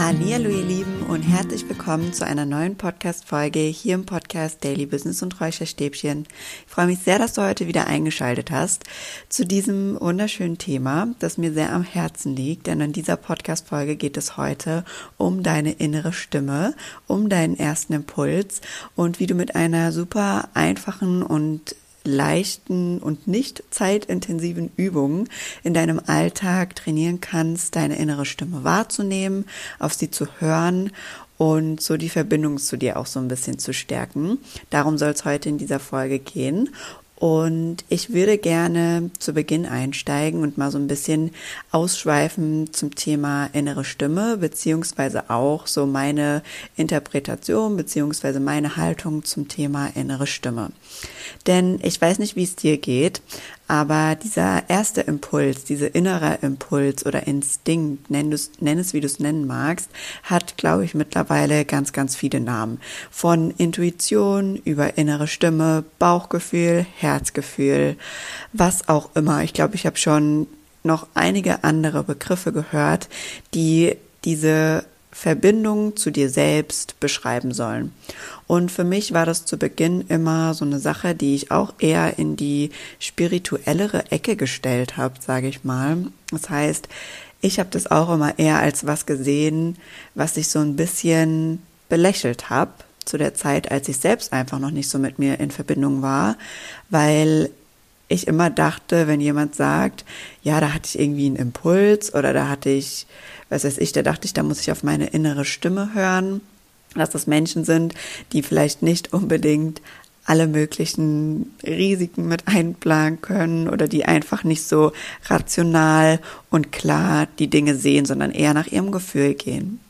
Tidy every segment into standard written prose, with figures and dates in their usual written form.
Hallihallo ihr Lieben und herzlich willkommen zu einer neuen Podcast-Folge hier im Podcast Daily Business und Räucherstäbchen. Ich freue mich sehr, dass du heute wieder eingeschaltet hast zu diesem wunderschönen Thema, das mir sehr am Herzen liegt, denn in dieser Podcast-Folge geht es heute um deine innere Stimme, um deinen ersten Impuls und wie du mit einer super einfachen und leichten und nicht zeitintensiven Übungen in deinem Alltag trainieren kannst, deine innere Stimme wahrzunehmen, auf sie zu hören und so die Verbindung zu dir auch so ein bisschen zu stärken. Darum soll es heute in dieser Folge gehen. Und ich würde gerne zu Beginn einsteigen und mal so ein bisschen ausschweifen zum Thema innere Stimme, beziehungsweise auch so meine Interpretation, beziehungsweise meine Haltung zum Thema innere Stimme. Denn ich weiß nicht, wie es dir geht, aber dieser erste Impuls, dieser innere Impuls oder Instinkt, nenn es wie du es nennen magst, hat, glaube ich, mittlerweile ganz, ganz viele Namen. Von Intuition über innere Stimme, Bauchgefühl, Herzgefühl, was auch immer. Ich glaube, ich habe schon noch einige andere Begriffe gehört, die diese Verbindung zu dir selbst beschreiben sollen. Und für mich war das zu Beginn immer so eine Sache, die ich auch eher in die spirituellere Ecke gestellt habe, sage ich mal. Das heißt, ich habe das auch immer eher als was gesehen, was ich so ein bisschen belächelt habe zu der Zeit, als ich selbst einfach noch nicht so mit mir in Verbindung war, weil ich immer dachte, wenn jemand sagt, ja, da hatte ich irgendwie einen Impuls oder da hatte ich, was weiß ich, da dachte ich, da muss ich auf meine innere Stimme hören, dass das Menschen sind, die vielleicht nicht unbedingt alle möglichen Risiken mit einplanen können oder die einfach nicht so rational und klar die Dinge sehen, sondern eher nach ihrem Gefühl gehen.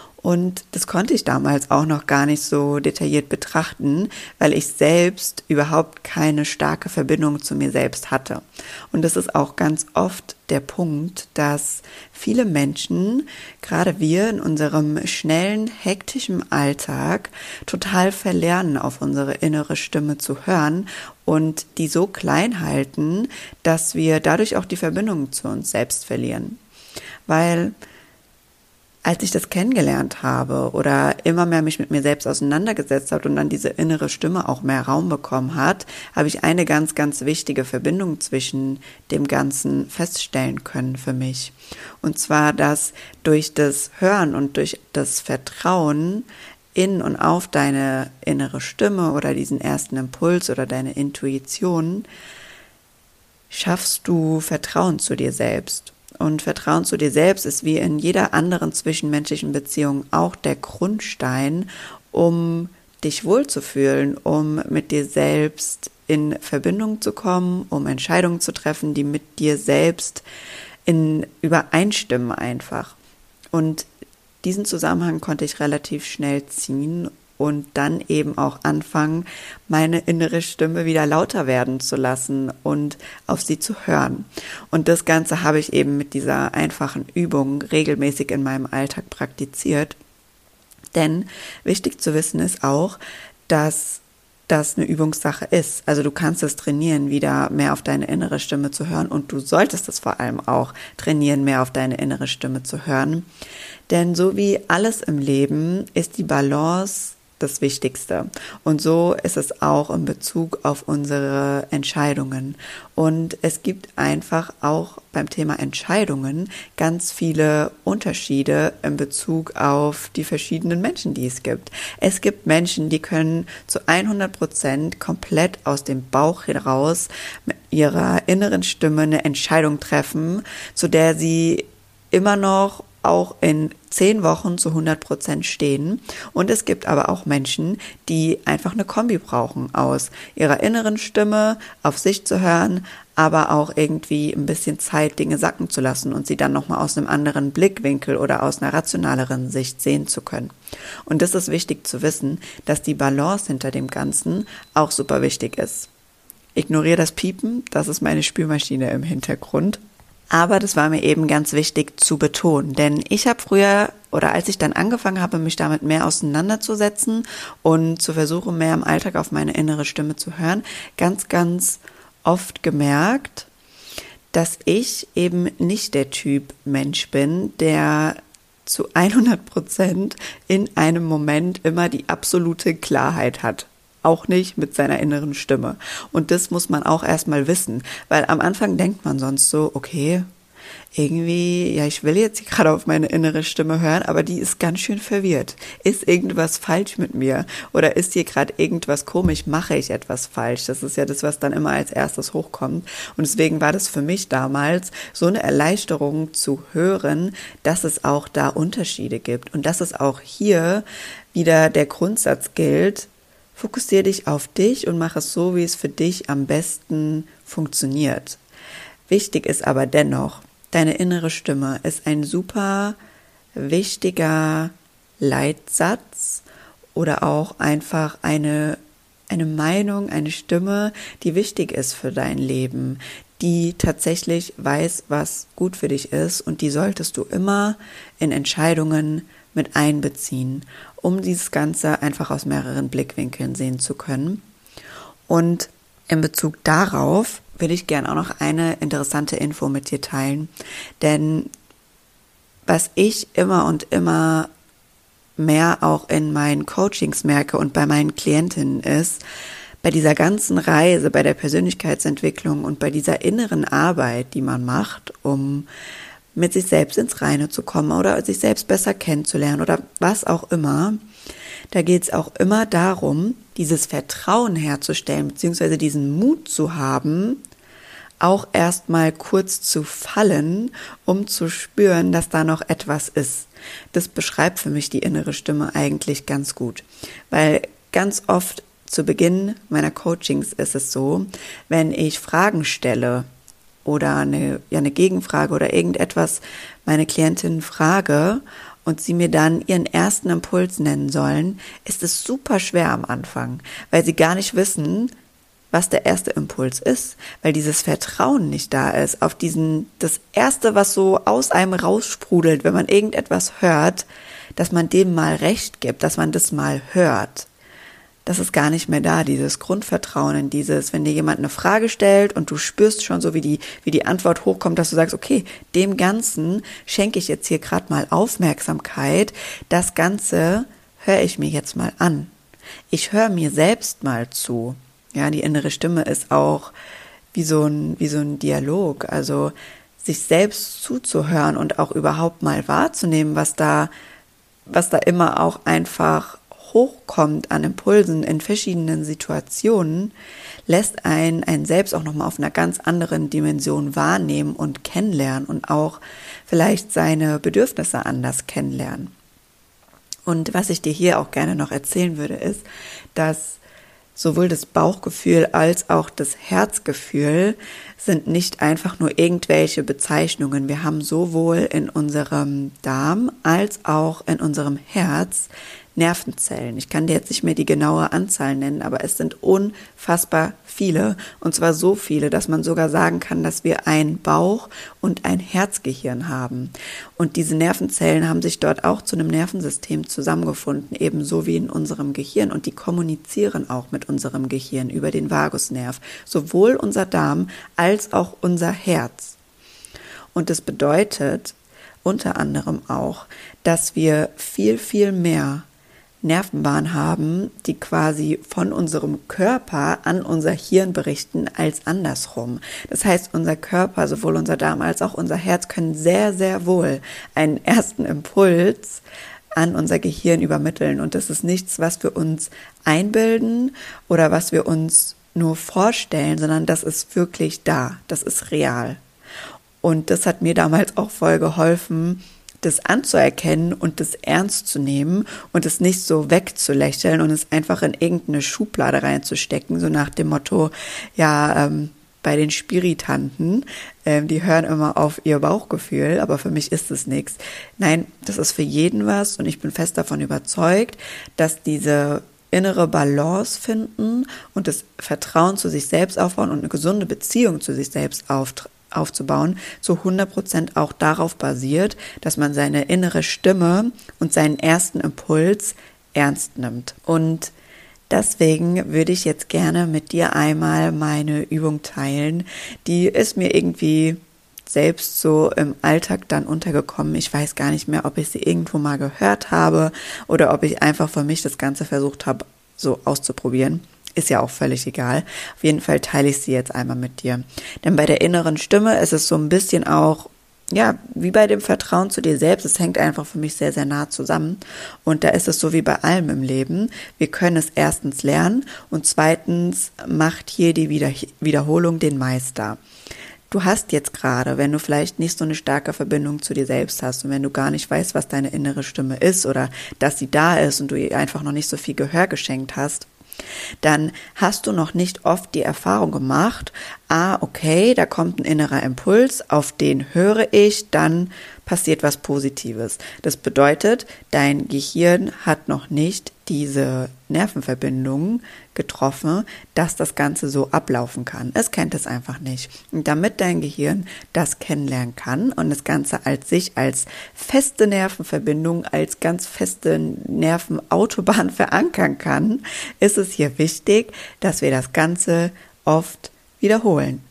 Und das konnte ich damals auch noch gar nicht so detailliert betrachten, weil ich selbst überhaupt keine starke Verbindung zu mir selbst hatte. Und das ist auch ganz oft der Punkt, dass viele Menschen, gerade wir in unserem schnellen, hektischen Alltag, total verlernen, auf unsere innere Stimme zu hören und die so klein halten, dass wir dadurch auch die Verbindung zu uns selbst verlieren. Weil als ich das kennengelernt habe oder immer mehr mich mit mir selbst auseinandergesetzt habe und dann diese innere Stimme auch mehr Raum bekommen hat, habe ich eine ganz, ganz wichtige Verbindung zwischen dem Ganzen feststellen können für mich. Und zwar, dass durch das Hören und durch das Vertrauen in und auf deine innere Stimme oder diesen ersten Impuls oder deine Intuition schaffst du Vertrauen zu dir selbst. Und Vertrauen zu dir selbst ist wie in jeder anderen zwischenmenschlichen Beziehung auch der Grundstein, um dich wohlzufühlen, um mit dir selbst in Verbindung zu kommen, um Entscheidungen zu treffen, die mit dir selbst in übereinstimmen einfach. Und diesen Zusammenhang konnte ich relativ schnell ziehen und dann eben auch anfangen, meine innere Stimme wieder lauter werden zu lassen und auf sie zu hören. Und das Ganze habe ich eben mit dieser einfachen Übung regelmäßig in meinem Alltag praktiziert. Denn wichtig zu wissen ist auch, dass das eine Übungssache ist. Also du kannst es trainieren, wieder mehr auf deine innere Stimme zu hören und du solltest es vor allem auch trainieren, mehr auf deine innere Stimme zu hören. Denn so wie alles im Leben ist die Balance das Wichtigste. Und so ist es auch in Bezug auf unsere Entscheidungen. Und es gibt einfach auch beim Thema Entscheidungen ganz viele Unterschiede in Bezug auf die verschiedenen Menschen, die es gibt. Es gibt Menschen, die können zu 100% komplett aus dem Bauch heraus mit ihrer inneren Stimme eine Entscheidung treffen, zu der sie immer noch auch in 10 Wochen zu 100% stehen. Und es gibt aber auch Menschen, die einfach eine Kombi brauchen aus ihrer inneren Stimme, auf sich zu hören, aber auch irgendwie ein bisschen Zeit, Dinge sacken zu lassen und sie dann nochmal aus einem anderen Blickwinkel oder aus einer rationaleren Sicht sehen zu können. Und das ist wichtig zu wissen, dass die Balance hinter dem Ganzen auch super wichtig ist. Ignoriere das Piepen, das ist meine Spülmaschine im Hintergrund. Aber das war mir eben ganz wichtig zu betonen, denn ich habe früher oder als ich dann angefangen habe, mich damit mehr auseinanderzusetzen und zu versuchen, mehr im Alltag auf meine innere Stimme zu hören, ganz, ganz oft gemerkt, dass ich eben nicht der Typ Mensch bin, der zu 100% in einem Moment immer die absolute Klarheit hat. Auch nicht mit seiner inneren Stimme. Und das muss man auch erstmal wissen, weil am Anfang denkt man sonst so, okay, irgendwie, ja, ich will jetzt gerade auf meine innere Stimme hören, aber die ist ganz schön verwirrt. Ist irgendwas falsch mit mir? Oder ist hier gerade irgendwas komisch? Mache ich etwas falsch? Das ist ja das, was dann immer als erstes hochkommt. Und deswegen war das für mich damals so eine Erleichterung zu hören, dass es auch da Unterschiede gibt und dass es auch hier wieder der Grundsatz gilt: Fokussiere dich auf dich und mach es so, wie es für dich am besten funktioniert. Wichtig ist aber dennoch, deine innere Stimme ist ein super wichtiger Leitsatz oder auch einfach eine Meinung, eine Stimme, die wichtig ist für dein Leben, die tatsächlich weiß, was gut für dich ist, und die solltest du immer in Entscheidungen mit einbeziehen, um dieses Ganze einfach aus mehreren Blickwinkeln sehen zu können. Und in Bezug darauf will ich gerne auch noch eine interessante Info mit dir teilen, denn was ich immer und immer mehr auch in meinen Coachings merke und bei meinen Klientinnen ist, bei dieser ganzen Reise, bei der Persönlichkeitsentwicklung und bei dieser inneren Arbeit, die man macht, um mit sich selbst ins Reine zu kommen oder sich selbst besser kennenzulernen oder was auch immer, da geht es auch immer darum, dieses Vertrauen herzustellen, beziehungsweise diesen Mut zu haben, auch erstmal kurz zu fallen, um zu spüren, dass da noch etwas ist. Das beschreibt für mich die innere Stimme eigentlich ganz gut, weil ganz oft zu Beginn meiner Coachings ist es so, wenn ich Fragen stelle oder eine Gegenfrage oder irgendetwas meine Klientin frage und sie mir dann ihren ersten Impuls nennen sollen, ist es super schwer am Anfang, weil sie gar nicht wissen, was der erste Impuls ist, weil dieses Vertrauen nicht da ist auf das Erste, was so aus einem raussprudelt, wenn man irgendetwas hört, dass man dem mal Recht gibt, dass man das mal hört. Das ist gar nicht mehr da, dieses Grundvertrauen in dieses, wenn dir jemand eine Frage stellt und du spürst schon so, wie die Antwort hochkommt, dass du sagst, okay, dem Ganzen schenke ich jetzt hier gerade mal Aufmerksamkeit, das Ganze höre ich mir jetzt mal an. Ich höre mir selbst mal zu. Ja, die innere Stimme ist auch wie so ein Dialog, also sich selbst zuzuhören und auch überhaupt mal wahrzunehmen, was da immer auch einfach hochkommt an Impulsen in verschiedenen Situationen, lässt einen selbst auch nochmal auf einer ganz anderen Dimension wahrnehmen und kennenlernen und auch vielleicht seine Bedürfnisse anders kennenlernen. Und was ich dir hier auch gerne noch erzählen würde, ist, dass sowohl das Bauchgefühl als auch das Herzgefühl sind nicht einfach nur irgendwelche Bezeichnungen. Wir haben sowohl in unserem Darm als auch in unserem Herz Nervenzellen. Ich kann dir jetzt nicht mehr die genaue Anzahl nennen, aber es sind unfassbar viele, und zwar so viele, dass man sogar sagen kann, dass wir ein Bauch- und ein Herzgehirn haben. Und diese Nervenzellen haben sich dort auch zu einem Nervensystem zusammengefunden, ebenso wie in unserem Gehirn, und die kommunizieren auch mit unserem Gehirn über den Vagusnerv, sowohl unser Darm als auch unser Herz. Und das bedeutet unter anderem auch, dass wir viel, viel mehr Nervenbahnen haben, die quasi von unserem Körper an unser Hirn berichten, als andersrum. Das heißt, unser Körper, sowohl unser Darm als auch unser Herz, können sehr, sehr wohl einen ersten Impuls an unser Gehirn übermitteln. Und das ist nichts, was wir uns einbilden oder was wir uns nur vorstellen, sondern das ist wirklich da. Das ist real. Und das hat mir damals auch voll geholfen, das anzuerkennen und das ernst zu nehmen und es nicht so wegzulächeln und es einfach in irgendeine Schublade reinzustecken, so nach dem Motto, ja, bei den Spiritanten, die hören immer auf ihr Bauchgefühl, aber für mich ist es nichts. Nein, das ist für jeden was, und ich bin fest davon überzeugt, dass diese innere Balance finden und das Vertrauen zu sich selbst aufbauen und eine gesunde Beziehung zu sich selbst aufzubauen, zu 100% auch darauf basiert, dass man seine innere Stimme und seinen ersten Impuls ernst nimmt. Und deswegen würde ich jetzt gerne mit dir einmal meine Übung teilen. Die ist mir irgendwie oft selbst so im Alltag dann untergekommen. Ich weiß gar nicht mehr, ob ich sie irgendwo mal gehört habe oder ob ich einfach für mich das Ganze versucht habe, so auszuprobieren. Ist ja auch völlig egal. Auf jeden Fall teile ich sie jetzt einmal mit dir. Denn bei der inneren Stimme ist es so ein bisschen auch, ja, wie bei dem Vertrauen zu dir selbst. Es hängt einfach für mich sehr, sehr nah zusammen. Und da ist es so wie bei allem im Leben. Wir können es erstens lernen und zweitens macht hier die Wiederholung den Meister. Du hast jetzt gerade, wenn du vielleicht nicht so eine starke Verbindung zu dir selbst hast und wenn du gar nicht weißt, was deine innere Stimme ist oder dass sie da ist und du ihr einfach noch nicht so viel Gehör geschenkt hast, dann hast du noch nicht oft die Erfahrung gemacht, okay, da kommt ein innerer Impuls, auf den höre ich, dann passiert was Positives. Das bedeutet, dein Gehirn hat noch nicht diese Nervenverbindungen getroffen, dass das Ganze so ablaufen kann. Es kennt es einfach nicht. Und damit dein Gehirn das kennenlernen kann und das Ganze als feste Nervenverbindung, als ganz feste Nervenautobahn verankern kann, ist es hier wichtig, dass wir das Ganze oft wiederholen.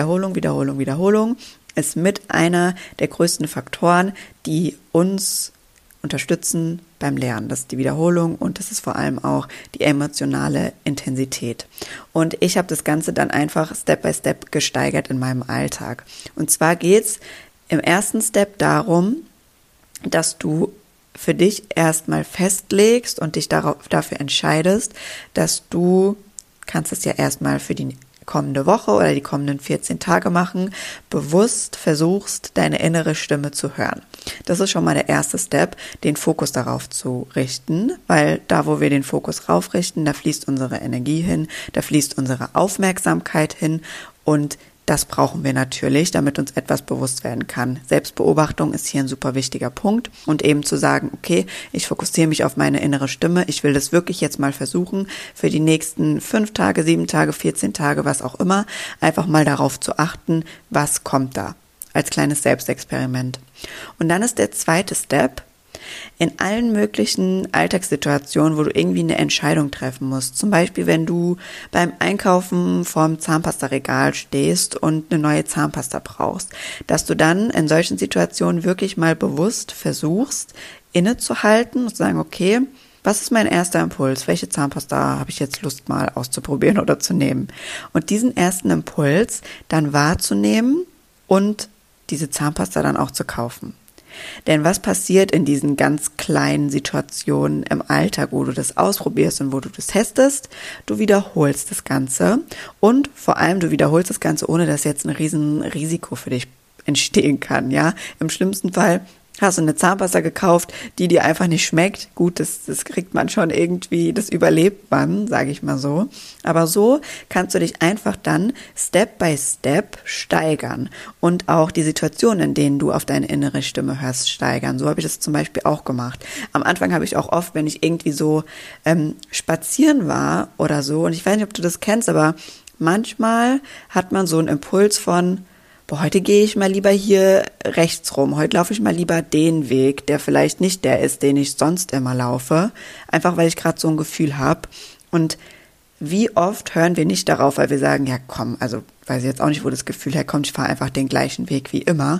Wiederholung ist mit einer der größten Faktoren, die uns unterstützen beim Lernen. Das ist die Wiederholung und das ist vor allem auch die emotionale Intensität. Und ich habe das Ganze dann einfach Step by Step gesteigert in meinem Alltag. Und zwar geht's im ersten Step darum, dass du für dich erstmal festlegst und dich dafür entscheidest, dass du, kannst es ja erstmal für die kommende Woche oder die kommenden 14 Tage machen, bewusst versuchst, deine innere Stimme zu hören. Das ist schon mal der erste Step, den Fokus darauf zu richten, weil da, wo wir den Fokus raufrichten, da fließt unsere Energie hin, da fließt unsere Aufmerksamkeit hin und das brauchen wir natürlich, damit uns etwas bewusst werden kann. Selbstbeobachtung ist hier ein super wichtiger Punkt und eben zu sagen, okay, ich fokussiere mich auf meine innere Stimme, ich will das wirklich jetzt mal versuchen, für die nächsten 5 Tage, 7 Tage, 14 Tage, was auch immer, einfach mal darauf zu achten, was kommt da, als kleines Selbstexperiment. Und dann ist der zweite Step, in allen möglichen Alltagssituationen, wo du irgendwie eine Entscheidung treffen musst. Zum Beispiel, wenn du beim Einkaufen vorm Zahnpastaregal stehst und eine neue Zahnpasta brauchst, dass du dann in solchen Situationen wirklich mal bewusst versuchst, innezuhalten und zu sagen, okay, was ist mein erster Impuls? Welche Zahnpasta habe ich jetzt Lust mal auszuprobieren oder zu nehmen? Und diesen ersten Impuls dann wahrzunehmen und diese Zahnpasta dann auch zu kaufen. Denn was passiert in diesen ganz kleinen Situationen im Alltag, wo du das ausprobierst und wo du das testest? Du wiederholst das Ganze und vor allem du wiederholst das Ganze, ohne dass jetzt ein riesen Risiko für dich entstehen kann, ja? Im schlimmsten Fall hast du eine Zahnpasta gekauft, die dir einfach nicht schmeckt. Gut, das kriegt man schon irgendwie, das überlebt man, sage ich mal so. Aber so kannst du dich einfach dann Step by Step steigern und auch die Situationen, in denen du auf deine innere Stimme hörst, steigern. So habe ich das zum Beispiel auch gemacht. Am Anfang habe ich auch oft, wenn ich irgendwie so spazieren war oder so, und ich weiß nicht, ob du das kennst, aber manchmal hat man so einen Impuls von, heute gehe ich mal lieber hier rechts rum, heute laufe ich mal lieber den Weg, der vielleicht nicht der ist, den ich sonst immer laufe, einfach weil ich gerade so ein Gefühl habe. Und wie oft hören wir nicht darauf, weil wir sagen, ja komm, also weiß ich jetzt auch nicht, wo das Gefühl herkommt, ich fahre einfach den gleichen Weg wie immer.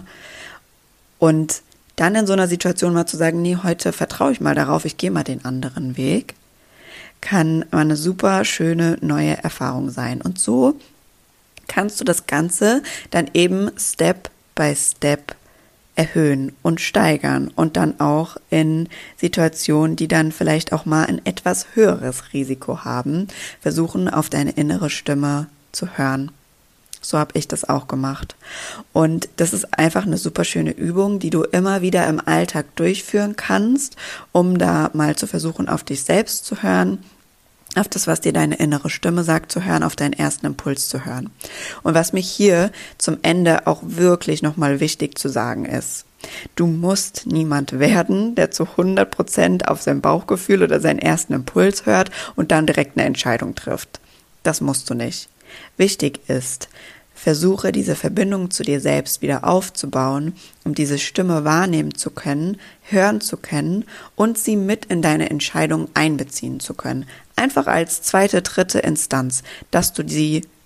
Und dann in so einer Situation mal zu sagen, nee, heute vertraue ich mal darauf, ich gehe mal den anderen Weg, kann eine super schöne neue Erfahrung sein. Und so kannst du das Ganze dann eben Step by Step erhöhen und steigern und dann auch in Situationen, die dann vielleicht auch mal ein etwas höheres Risiko haben, versuchen, auf deine innere Stimme zu hören. So habe ich das auch gemacht. Und das ist einfach eine super schöne Übung, die du immer wieder im Alltag durchführen kannst, um da mal zu versuchen, auf dich selbst zu hören, auf das, was dir deine innere Stimme sagt, zu hören, auf deinen ersten Impuls zu hören. Und was mich hier zum Ende auch wirklich nochmal wichtig zu sagen ist, du musst niemand werden, der zu 100% auf sein Bauchgefühl oder seinen ersten Impuls hört und dann direkt eine Entscheidung trifft. Das musst du nicht. Wichtig ist, versuche diese Verbindung zu dir selbst wieder aufzubauen, um diese Stimme wahrnehmen zu können, hören zu können und sie mit in deine Entscheidung einbeziehen zu können. Einfach als zweite, dritte Instanz, dass du sie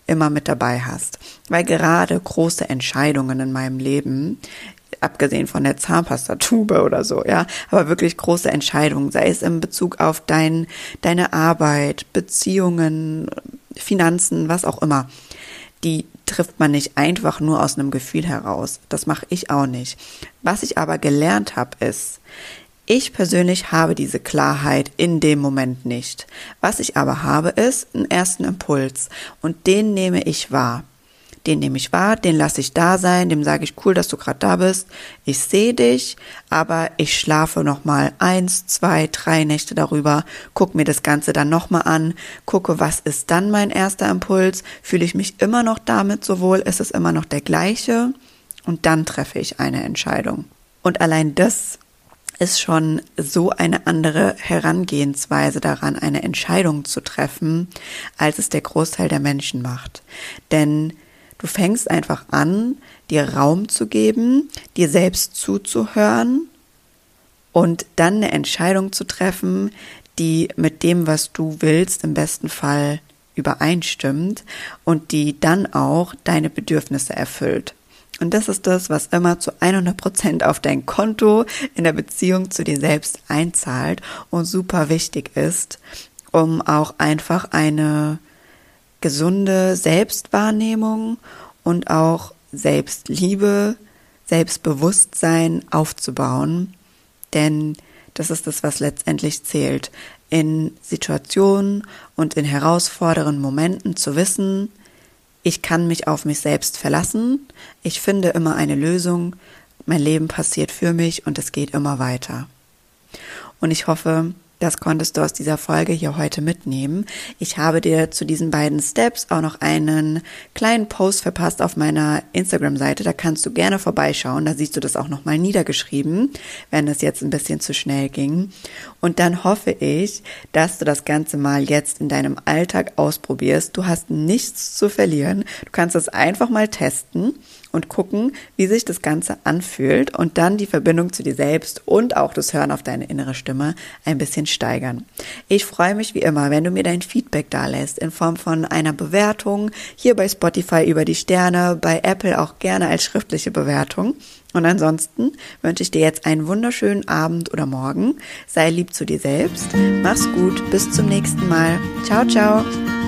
immer mit dabei hast. Weil gerade große Entscheidungen in meinem Leben, abgesehen von der Zahnpastatube oder so, ja, aber wirklich große Entscheidungen, sei es in Bezug auf deine Arbeit, Beziehungen, Finanzen, was auch immer, die trifft man nicht einfach nur aus einem Gefühl heraus. Das mache ich auch nicht. Was ich aber gelernt habe, ist, ich persönlich habe diese Klarheit in dem Moment nicht. Was ich aber habe, ist einen ersten Impuls und den nehme ich wahr. Den nehme ich wahr, den lasse ich da sein, dem sage ich, cool, dass du gerade da bist, ich sehe dich, aber ich schlafe nochmal 1, 2, 3 Nächte darüber, gucke mir das Ganze dann nochmal an, gucke, was ist dann mein erster Impuls, fühle ich mich immer noch damit so wohl, ist es immer noch der gleiche und dann treffe ich eine Entscheidung. Und allein das ist schon so eine andere Herangehensweise daran, eine Entscheidung zu treffen, als es der Großteil der Menschen macht. Denn du fängst einfach an, dir Raum zu geben, dir selbst zuzuhören und dann eine Entscheidung zu treffen, die mit dem, was du willst, im besten Fall übereinstimmt und die dann auch deine Bedürfnisse erfüllt. Und das ist das, was immer zu 100% auf dein Konto in der Beziehung zu dir selbst einzahlt und super wichtig ist, um auch einfach eine gesunde Selbstwahrnehmung und auch Selbstliebe, Selbstbewusstsein aufzubauen. Denn das ist das, was letztendlich zählt. In Situationen und in herausfordernden Momenten zu wissen, ich kann mich auf mich selbst verlassen, ich finde immer eine Lösung, mein Leben passiert für mich und es geht immer weiter. Und ich hoffe, das konntest du aus dieser Folge hier heute mitnehmen. Ich habe dir zu diesen beiden Steps auch noch einen kleinen Post verpasst auf meiner Instagram-Seite. Da kannst du gerne vorbeischauen. Da siehst du das auch nochmal niedergeschrieben, wenn es jetzt ein bisschen zu schnell ging. Und dann hoffe ich, dass du das Ganze mal jetzt in deinem Alltag ausprobierst. Du hast nichts zu verlieren. Du kannst es einfach mal testen und gucken, wie sich das Ganze anfühlt und dann die Verbindung zu dir selbst und auch das Hören auf deine innere Stimme ein bisschen steigern. Ich freue mich wie immer, wenn du mir dein Feedback dalässt in Form von einer Bewertung, hier bei Spotify über die Sterne, bei Apple auch gerne als schriftliche Bewertung. Und ansonsten wünsche ich dir jetzt einen wunderschönen Abend oder Morgen. Sei lieb zu dir selbst. Mach's gut. Bis zum nächsten Mal. Ciao, ciao.